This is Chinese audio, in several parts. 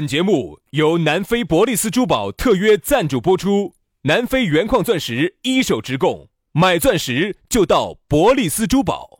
本节目由南非伯利斯珠宝特约赞助播出，南非原矿钻石一手直供，买钻石就到伯利斯珠宝。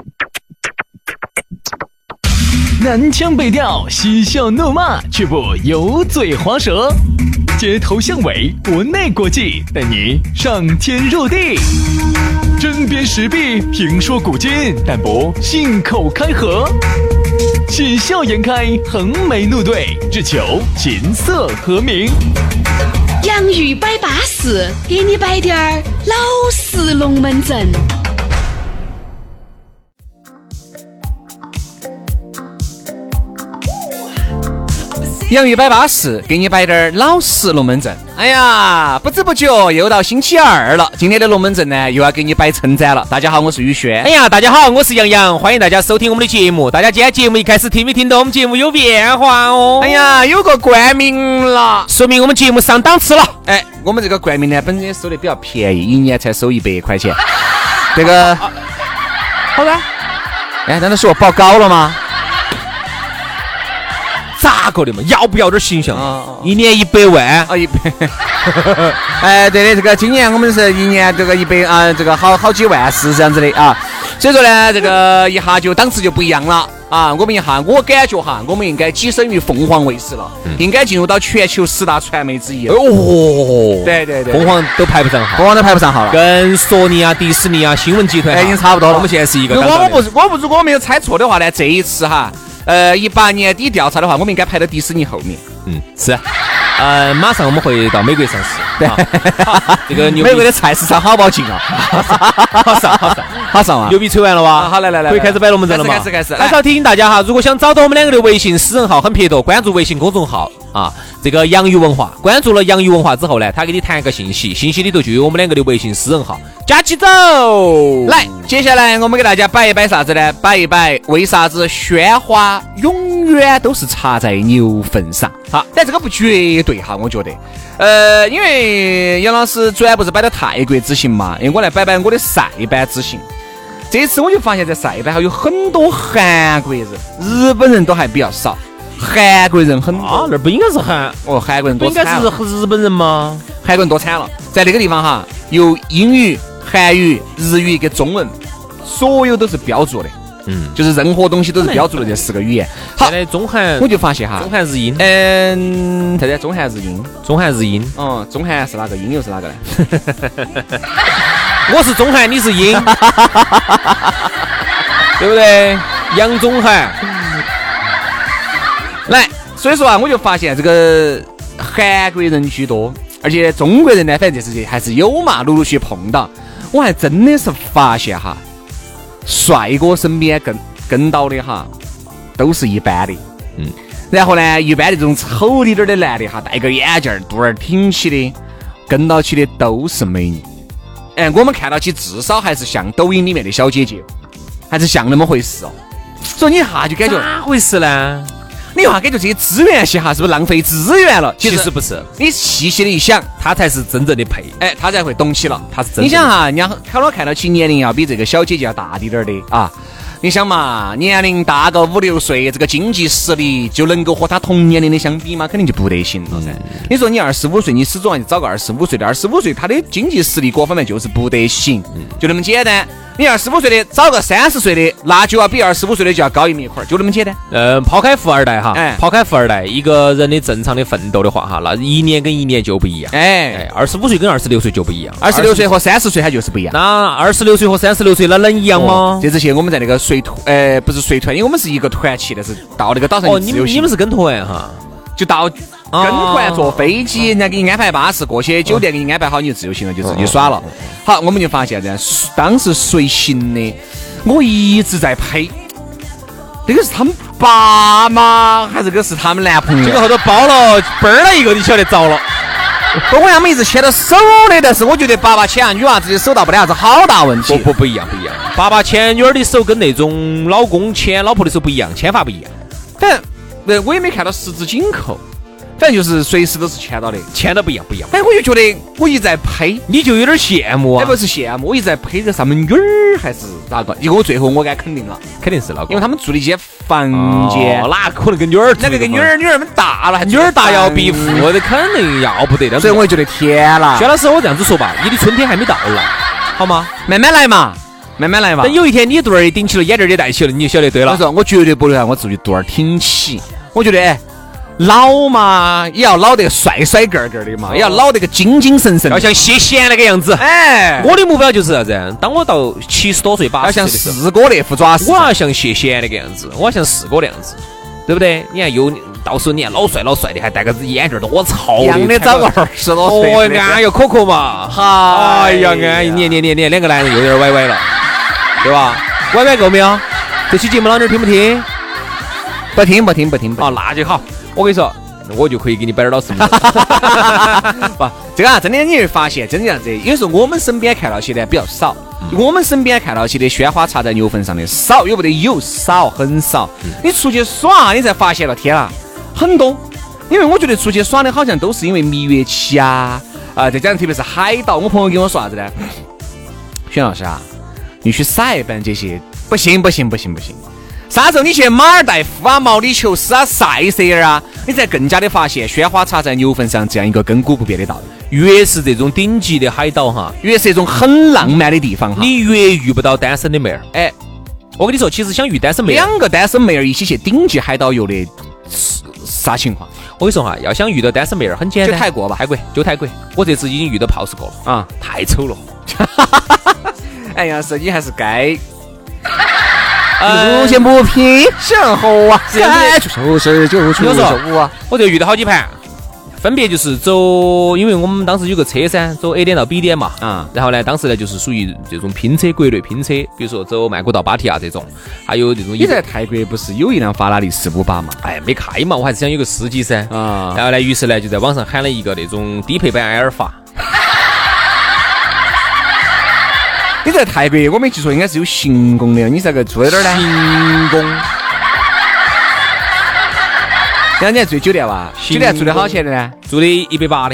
南腔北调，嬉笑怒骂，却不油嘴滑舌，街头巷尾，国内国际，带你上天入地，针砭时弊，评说古今，但不信口开河，喜笑颜开，横眉怒对，只求琴瑟和鸣。 洋芋摆巴士，给你摆点儿老式龙门阵。 洋芋摆巴士，给你摆点老实龙门阵。哎呀，不知不觉又到星期二了，今天的龙门阵呢又要给你摆称赞了。大家好，我是宇轩。 哎呀，大家好，我是杨洋，欢迎大家收听我们的节目。大家今天节目一开始听没听到我们节目有变化哦？ 哎呀，有个冠名了， 说明我们节目上档次了。 哎，我们这个冠名呢本身收的比较便宜，一年才收100块钱。这个好的。哎，难道是我报高了吗？ 咋个的嘛？要不要点形象？一年100万啊 ！100。哎，对的，这个今年我们是一年这个100啊，这个好几万是这样子的啊。所以说呢，这个一下就档次就不一样了啊。我感觉哈，我们应该跻身于凤凰卫视了，应该进入到全球10大传媒之一了。 哦， 对， 凤凰都排不上号， 凤凰都排不上号了， 跟索尼啊、迪士尼啊、新闻集团已经差不多了。 我们现在是一个。如果我没有猜错的话呢，这一次哈。18年底调查的话，我们应该排到迪士尼后面。 是。马上我们会到美国上市。对，这个美国的菜市场好不好进啊？好上啊！ 牛逼吹完了哇！ 好，来， 可以开始摆龙门阵了吗？ 开始。 还是要提醒大家哈，如果想找到我们两个的微信私人号，很撇脱，关注微信公众号啊，这个洋芋文化。关注了洋芋文化之后呢，他给你弹一个信息，信息里头就有我们两个的微信私人号，加起走。 来，接下来我们给大家摆一摆啥子呢？摆一摆为啥子鲜花永远都是插在牛粪上。好，但这个不绝对哈，我觉得。因为杨老师昨天不是摆到泰国之行嘛，因为我来摆摆我的塞班之行。这次我就发现，在塞班还有很多韩国人，日本人都还比较少，韩国人很多。 啊，那不应该是韩国人多惨了。 不应该是日本人吗？ 韩国人多惨了，在那个地方哈，有英语、韩语、日语跟中文，所有都是标注的。就是任何东西都是标注的这4个语言。好， 现在中韩我就发现哈， 中韩日英。 现在中韩日英。 中韩是哪个？英又是哪个呢？ 我是中韩，你是英，对不对？杨中韩。来， 所以说啊，我就发现这个韩国人居多，而且中国人呢，反正这还是有嘛，陆续碰到。我还真的是发现哈。帅哥身边跟到的哈，都是一般的，然后呢，一般的这种丑一点的男的哈，戴个眼镜，肚儿挺起的，跟到起的都是美女。哎，我们看到起至少还是像抖音里面的小姐姐，还是像那么回事哦。所以你一下就感觉哪回事呢？ 你一下感觉这些资源些哈，是不是浪费资源了？ 其实不是， 你细细的一想， 他才是真正的配， 哎，他才会懂起了， 他是真正的。 你想哈，人家看到起年龄要比这个小姐姐要大一点的啊。你想嘛，年龄大个5、6岁，这个经济实力就能够和他同年龄的相比吗？肯定就不得行了噻。你说你25岁，你始终要找个25岁的，25岁他的经济实力各方面就是不得行，就那么简单。你25岁的找个30岁的，那就要比25岁的就要高一块，就那么简单。 抛开富二代哈，抛开富二代，一个人的正常的奋斗的话哈，那一年跟一年就不一样。25岁跟26岁就不一样 ，26岁和30岁它就是不一样。 那26岁和36岁那能一样吗？ 这之前我们在那个不是随团，因为我们是一个团去的，是到那个岛上自由行。 你们是跟团哈， 就到跟团坐飞机，人家给你安排巴士，过去酒店给你安排好，你就自由行了，就自己耍了。好，我们就发现这样，当时随行的，我一直在呸，这个是他们爸妈还是个是他们男朋友？ 这个后头包了嘣儿了一个，你晓得着了。 跟我们一直牵到手的，但是我觉得爸爸牵女娃子的手到不了啥子好大问题。 不一样。爸爸牵女儿的手跟那种老公牵老婆的手不一样，牵法不一样。 但我也没看到十指紧扣。 反正就是随时都是签到的， 签到不一样。 哎，我就觉得我一直在呸， 你就有点羡慕啊。 不是羡慕，我一直在呸这上面女儿还是哪个？结果最后我敢肯定了， 肯定是老公， 因为他们住的一间房间， 哪可能跟女儿住？ 那个跟女儿们大了， 女儿大要比富的肯定要不得的。 所以我就觉得天啦， 薛老师，我这样子说吧，你的春天还没到来，好吗？ 慢慢来嘛。 等有一天你肚儿顶起了，眼镜也戴起了，你就晓得对了。 我说我绝对不能让我自己肚儿挺起，我觉得老嘛也要老得帅个的嘛，也要老得个精神的， 要像谢贤那个样子。 哎， 我的目标就是啥子？当我到70多岁、80岁要像的时候， 四哥那副爪子， 我要像谢贤那个样子，我要像四哥那样子，对不对？你看到时候你看老帅的，还戴个眼镜多潮， 样的找个20多岁， 哦，安逸可嘛，哎呀，安逸，你两个男人有点歪歪了。对吧？歪够没有？这期节目老娘听不听？ 不听。 哦，那就好。我跟你说，我就可以给你摆点老实。 不，这个真的你会发现，真的这样子。有时候我们身边看到起的比较少，我们身边看到起的鲜花插在牛粪上的少，有不得有少，很少。你出去耍，你才发现了，天啊，很多。因为我觉得出去耍的好像都是因为蜜月期啊，再加上特别是海岛。我朋友跟我说啥子呢？轩老师啊。你去晒班这些不行，啥时候你去马尔代夫啊、毛里求斯啊晒色啊，你才更加的发现鲜花插在牛粪上这样一个亘古不变的道理。 越是这种顶级的海岛哈， 越是这种很浪漫的地方哈， 你越遇不到单身的妹儿。 哎， 我跟你说，其实想遇单身妹儿， 两个单身妹儿一起去顶级海岛游的啥情况？ 我跟你说哈，要想遇到单身妹儿很简单， 就泰国吧， 泰国。我这次已经遇到 pose 过了啊，太丑了。 哎呀，是你还是该路见不平想后啊，就事就出手啊！ 我这遇到好几盘，分别就是走，因为我们当时有个车噻，走 A 点到 B 点嘛，然后呢，当时呢就是属于这种拼车，国内拼车，比如说走曼谷到芭提雅这种，还有这种。 你在泰国不是有一辆法拉利458嘛？ 哎，没开嘛，我还是想有个司机噻。然后呢，于是呢就在网上喊了一个那种低配版埃尔法。 你在泰国，我没记错，应该是有行宫的。你这个住在哪儿呢？ 行宫。 然后你还住酒店吧？酒店住的好钱的呢？ 住的180的。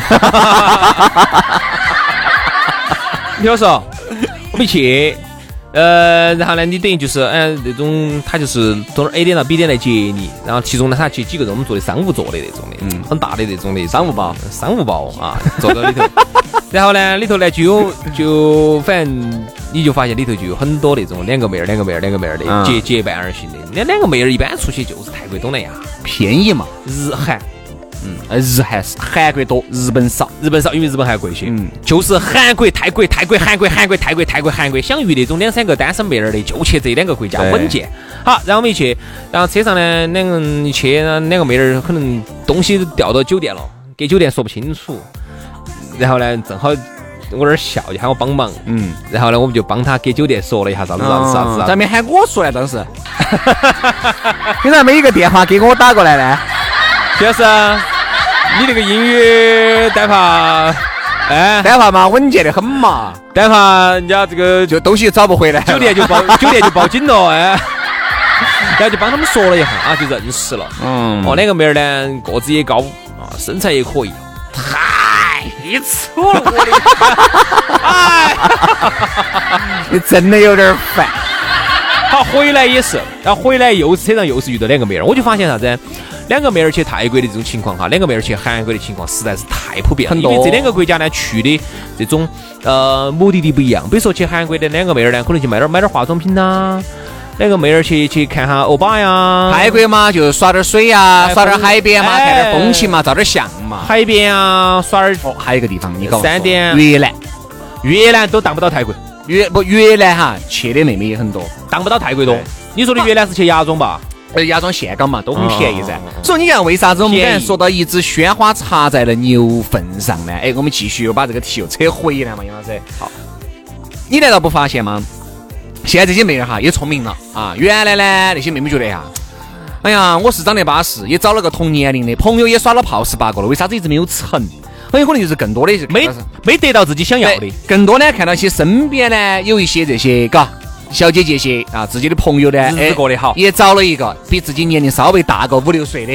你听我说，我没去。然后呢，你等于就是那种他就是从 A 点到 B 点来接你，然后其中呢他去几个人，我们坐的商务座的那种的，很大的那种的商务包啊，坐到里头。然后呢，里头呢就反正你就发现里头就有很多那种两个妹儿的结伴而行的。那两个妹儿一般出去就是泰国东南亚， 便宜嘛， 日韩。 日韩是韩国多，日本少， 因为日本还贵些。就是韩国、泰国、韩国，想遇那种2-3个单身妹儿的，就去这2个国家稳健。好，然后我们一去，然后车上呢2个人一去，2个妹儿可能东西掉到酒店了，给酒店说不清楚。然后呢，正好我有点笑，就喊我帮忙。然后呢，我们就帮他给酒店说了一下啥子。 咋没喊我说呢？当时，为啥没一个电话给我打过来呢？ 徐老师，你这个英语单怕， 单怕嘛，稳健的很嘛， 单怕人家这个就东西找不回来， 酒店就报警了，然后就帮他们说了一下啊，就认识了。2个妹儿呢，个子也高啊，身材也可以，太丑了，我的，哎， 你真的有点烦。 好，回来也是，然后回来又是车上又是遇到2个妹儿，我就发现啥子？2个妹儿去泰国的这种情况哈，2个妹儿去韩国的情况实在是太普遍了，因为这2个国家呢去的这种目的地不一样。比如说去韩国的2个妹儿呢，可能去买点化妆品呐；2个妹儿去看下欧巴呀。 泰国嘛，就耍点水呀，耍点海边嘛，看点风情嘛，照点相嘛。 海边啊，耍点。 还有一个地方，你搞 3点。越南都当不到泰国。 越南哈，去的妹妹也很多， 当不到泰国多。你说的越南是去芽庄吧？ 芽庄岘港嘛，都很便宜噻。所以你看，为啥子我们刚才说到一支鲜花插在了牛粪上呢？我们继续又把这个题又扯回来嘛，杨老师。好，你难道不发现吗？现在这些妹儿哈也聪明了啊！原来呢，那些妹妹觉得呀，哎呀，我是长得巴适，也找了个同年龄的朋友，也耍了炮18个了，为啥子一直没有成？很有可能就是更多的没得到自己想要的， 更多呢看到一些身边呢有一些这些小姐姐些啊，自己的朋友呢日子过得好， 也找了一个比自己年龄稍微大个5-6岁的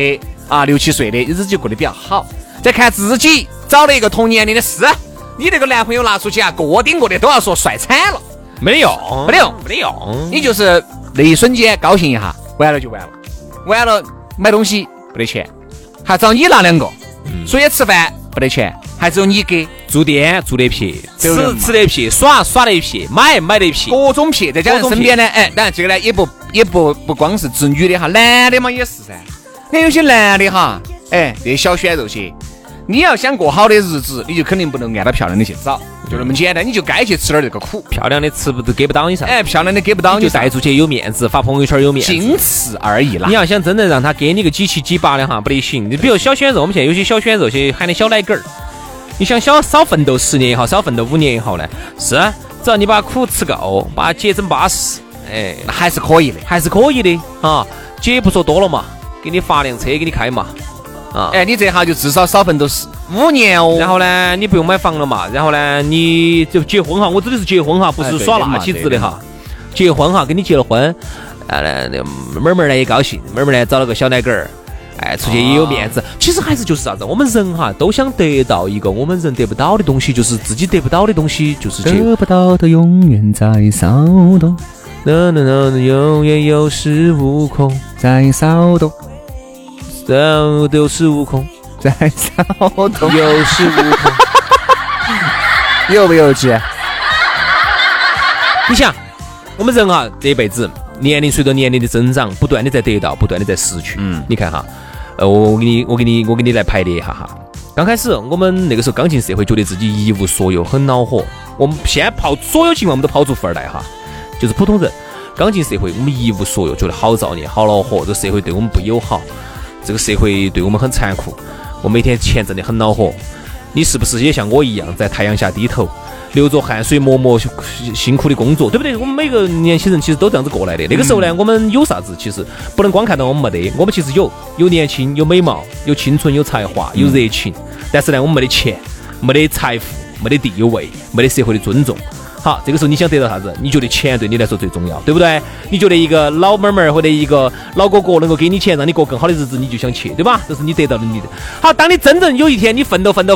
啊，6、7岁的日子就过得比较好。再看自己找了一个同年龄的是，你那个男朋友拿出去啊，个顶个的都要说帅惨了， 没得用， 没得用， 没得用。 你就是那一瞬间高兴一下，完了就完了，完了买东西没得钱，还找你拿2个，所以吃饭没得钱，还只有你给。 住店住得撇， 对不对吃得撇，耍得撇，买得撇， 各种撇，再加上身边呢，哎，当然这个呢也不光是指女的哈，男的嘛也是噻。你有些男的哈，哎，这些小鲜肉些，你要想过好的日子，你就肯定不能按到漂亮的去找，就那么简单，你就该去吃点这个苦。 漂亮的吃不都给不到你啥？ 哎，漂亮的给不到你， 就带出去有面子，发朋友圈有面子， 仅此而已啦。 你要想真的让他给你个几7、几8的哈，不得行。你比如小鲜肉，我们现在有些小鲜肉些喊的小奶狗儿。你想少奋斗10年也好，少奋斗5年也好呢，是，只要你把苦吃够，把节整巴适，哎， 那还是可以的， 还是可以的啊。姐不说多了嘛，给你发辆车给你开嘛，啊， 哎，你这下就至少少奋斗5年哦。 然后呢，你不用买房了嘛，然后呢，你就结婚哈，我指的是结婚哈，不是耍辣起子的哈，结婚哈，跟你结了婚，妹妹呢也高兴，妹妹呢找了个小奶狗儿。哎，出去也有面子。其实还是就是啥子，我们人哈都想得到一个我们人得不到的东西，就是自己得不到的东西，就是得不到的永远在骚动， 永远有恃无恐， 在骚动， 有恃无恐， 在骚动， 有恃无恐， 有没有趣？ 你想，我们人哈这一辈子，年龄随着年龄的增长，不断的在得到，不断的在失去。你看哈。我给你来排列一下哈。刚开始我们那个时候刚进社会，觉得自己一无所有，很恼火。我们现在所有情况我们都抛出富二代哈，就是普通人刚进社会，我们一无所有，觉得好造孽，好恼火，这个社会对我们不友好，这个社会对我们很残酷，我每天钱挣得很恼火。你是不是也像我一样，在太阳下低头，流着汗水默默辛苦的工作，对不对？我们每个年轻人其实都这样子过来的。那个时候呢，我们有啥子？其实不能光看到我们没得，我们其实有年轻，有美貌，有青春，有才华，有热情。但是呢，我们没得钱，没得财富，没得地位，没得社会的尊重。好，这个时候你想得到啥子？你觉得钱对你来说最重要，对不对？你觉得一个老妹妹或者一个老哥哥能够给你钱，让你过更好的日子，你就想去，对吧？这是你得到的你的。好，当你真正有一天你奋斗到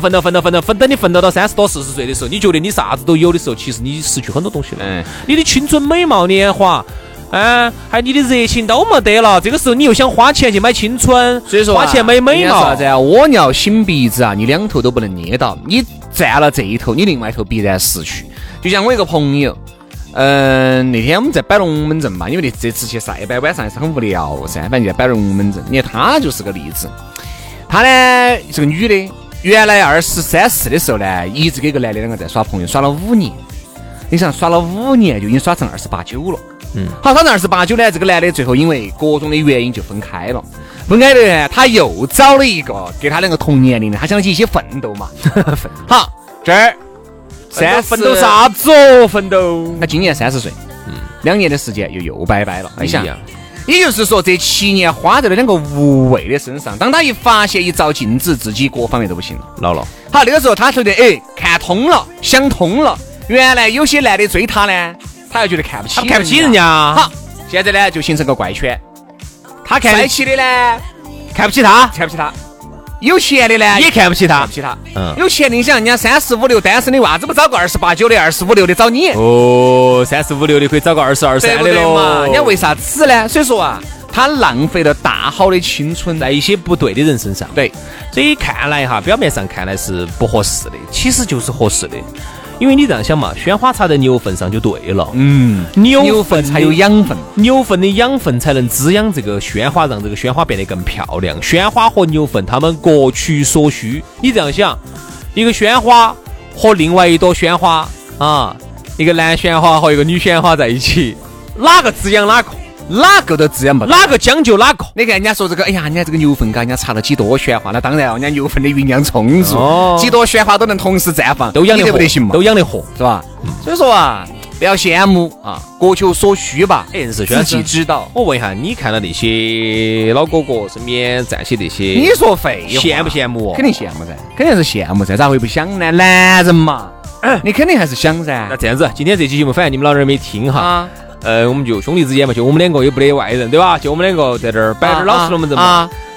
30多40岁的时候，你觉得你啥子都有的时候，其实你失去很多东西了。你的青春美貌年华，还有你的热情都没得了。这个时候你又想花钱去买青春， 所以说花钱买美貌， 啥子啊？屙尿擤鼻子啊，你两头都不能捏到，你占了这一头，你另外一头必然失去。就像我一个朋友，那天我们在摆龙门阵嘛，因为这次去赛摆晚上也是很无聊噻，反正在摆龙门阵。你看她就是个例子，她呢是个女的，原来23、24的时候呢，一直跟个男的两个在耍朋友，耍了5年。你想耍了5年就已经耍成28、9了。好，耍成28、9呢，这个男的最后因为各种的原因就分开了。分开的呢，他又找了一个跟他两个同年龄的，他想一起奋斗嘛。好，这儿。 奋斗啥子哦？奋斗， 他今年30岁，2年的时间又拜拜了。你想， 呀， 也就是说这7年花在了两个无谓的身上。当他一发现一照镜子，自己各方面都不行了， 老了。 好，那个时候他觉得看通了，想通了。原来有些男的追他呢，他又觉得看不起人家。好，现在呢就形成个怪圈。他看帅气的呢， 看不起他。 有钱的呢也看不起他， 有钱的，你想人家35、6单身的，为啥子不找个28、9的、25、6的找你？ 哦，35、6的可以找个22、23的咯。 人家为啥子呢？所以说啊，他浪费了大好的青春在一些不对的人身上。 对， 所以看来哈，表面上看来是不合适的，其实就是合适的。因为你这样想嘛，鲜花插在牛粪上就对了。牛粪才有养分， 牛粪的养分才能滋养这个鲜花，让这个鲜花变得更漂亮。鲜花和牛粪它们各取所需。你这样想，一个鲜花和另外一朵鲜花啊，一个男鲜花和一个女鲜花在一起，哪个滋养哪个？ 哪个都滋养不到， 哪个讲究哪个。 你看人家说这个，哎呀，人家这个牛粪人家插了几朵鲜花，那当然人家牛粪的营养充足，几朵鲜花都能同时绽放， 都养得不得行嘛， 都养得活， 是吧？所以说啊，不要羡慕啊，各求所需吧。 是自己知道。 我问一下，你看到那些老哥哥身边站些那些， 你说废话， 羡不羡慕？ 肯定羡慕噻，肯定是羡慕噻，咋会不想呢？男人嘛，你肯定还是想噻。 那这样子，今天这期节目反正你们老人没听哈。我们就兄弟之间嘛，就我们2个也不得外人，对吧？就我们2个在这儿摆点老实龙门阵嘛。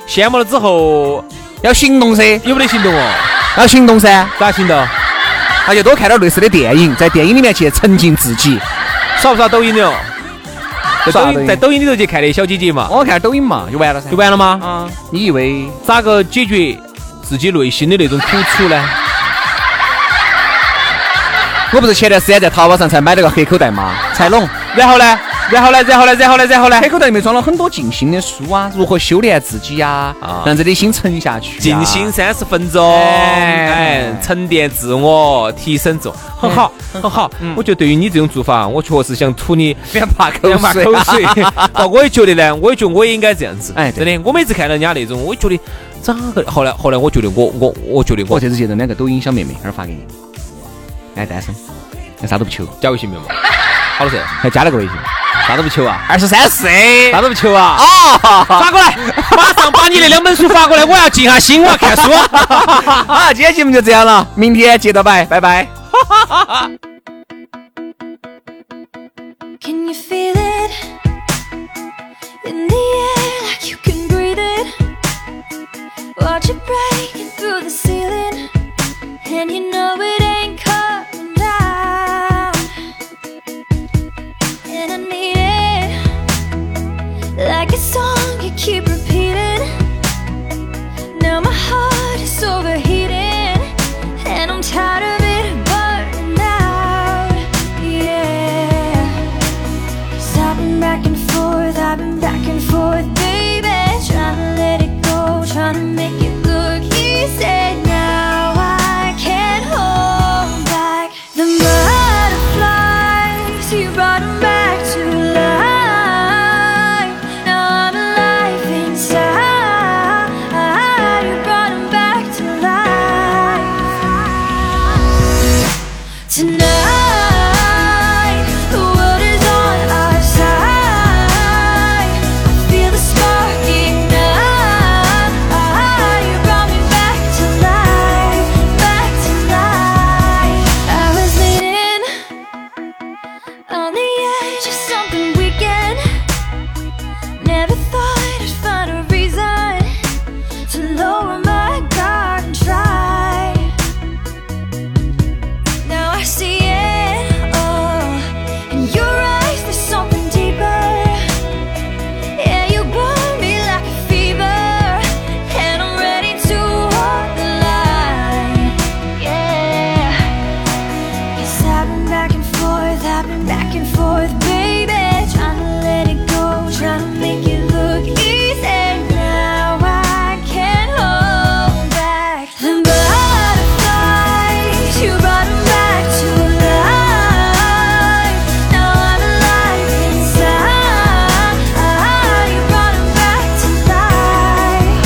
羡慕了之后要行动噻， 有没得行动哦？ 要行动噻， 咋行动？ 那就多看点类似的电影，在电影里面去沉浸自己。 刷不刷抖音的哦？在抖音里头去看那小姐姐嘛？ 我看抖音嘛，就完了噻。 就完了吗？ 啊，你以为咋个解决自己内心的那种苦楚呢？ 我不是前段时间在淘宝上才买了个黑口袋吗？彩龙， 然后呢？ 黑口袋里面装了很多静心的书啊，如何修炼自己呀，让自己的心沉下去， 静心30分钟，沉淀自我，提升自我，很好，很好。我觉得对于你这种做法，我确实想吐你两把口水。 我也觉得呢，我也应该这样子。 哎， 真的，我每次看到人家那种，我觉得咋个？后来我觉得我觉得我这次接到2个抖音小妹妹，一会儿发给你。哎，单身，啥都不求， 加微信没有嘛？好了噻， 还加了个微信。 啥都不求啊 ，23， 啥都不求啊！发过来，马上把你那2本书发过来，我要静下心，我要看书。 好，今天节目就这样了，明天接着拜，拜拜。 Can you feel it in the air like you can breathe it? Watch it breaking through the ceiling, and you know it ain't coming down. And I need like a song you keep repeating. Now my heart is overheating, and I'm tired of it burning out. Yeah, 'cause I've been back and forth, baby, trying to let it go, trying to make it look easy. Now I can't hold back the butterflies. You brought them back to life. Tonight, the world is on our side. I feel the spark ignite. You brought me back to life, back to life. I was leaning on the edge of something weekend. Never thought I'd find a reason to lower my guard and try. I see it, oh, in your eyes there's something deeper. Yeah, you burn me like a fever, and I'm ready to hold the line. Yeah, 'cause I've been back and forth, baby, trying to let it go, trying to make it look easy. Now I can't hold back the butterflies. You brought them back to life. Now I'm alive inside. You brought them back to life.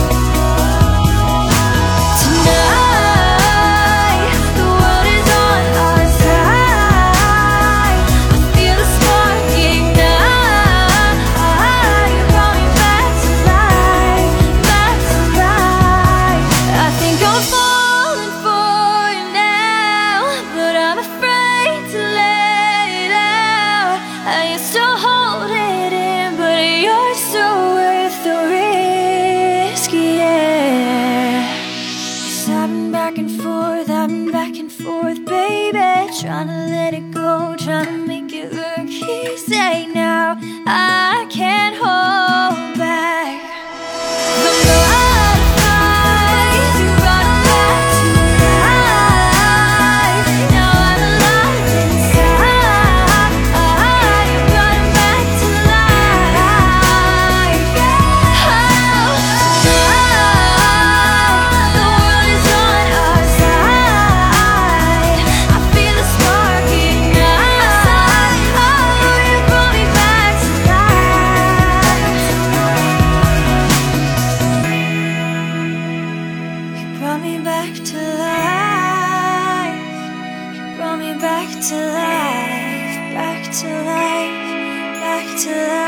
Tonight, the world is on our side. I feel the spark ignite. You brought me back to life, back to life. I think I'm falling for you now, but I'm afraid to let it out. I used to hold it in, but you're so worth the risk, yeah. 'Cause I've been back and forth, baby, trying to let it go, trying to make it look easy. Now I can't hold back the butterflies. You brought them back to life. Now I'm alive inside. You brought them back to life. Oh, tonight, the world is on our side. I feel the spark ignite. Oh, you brought me back to life. You brought me back to life. You brought me back to life, back to life, back to life.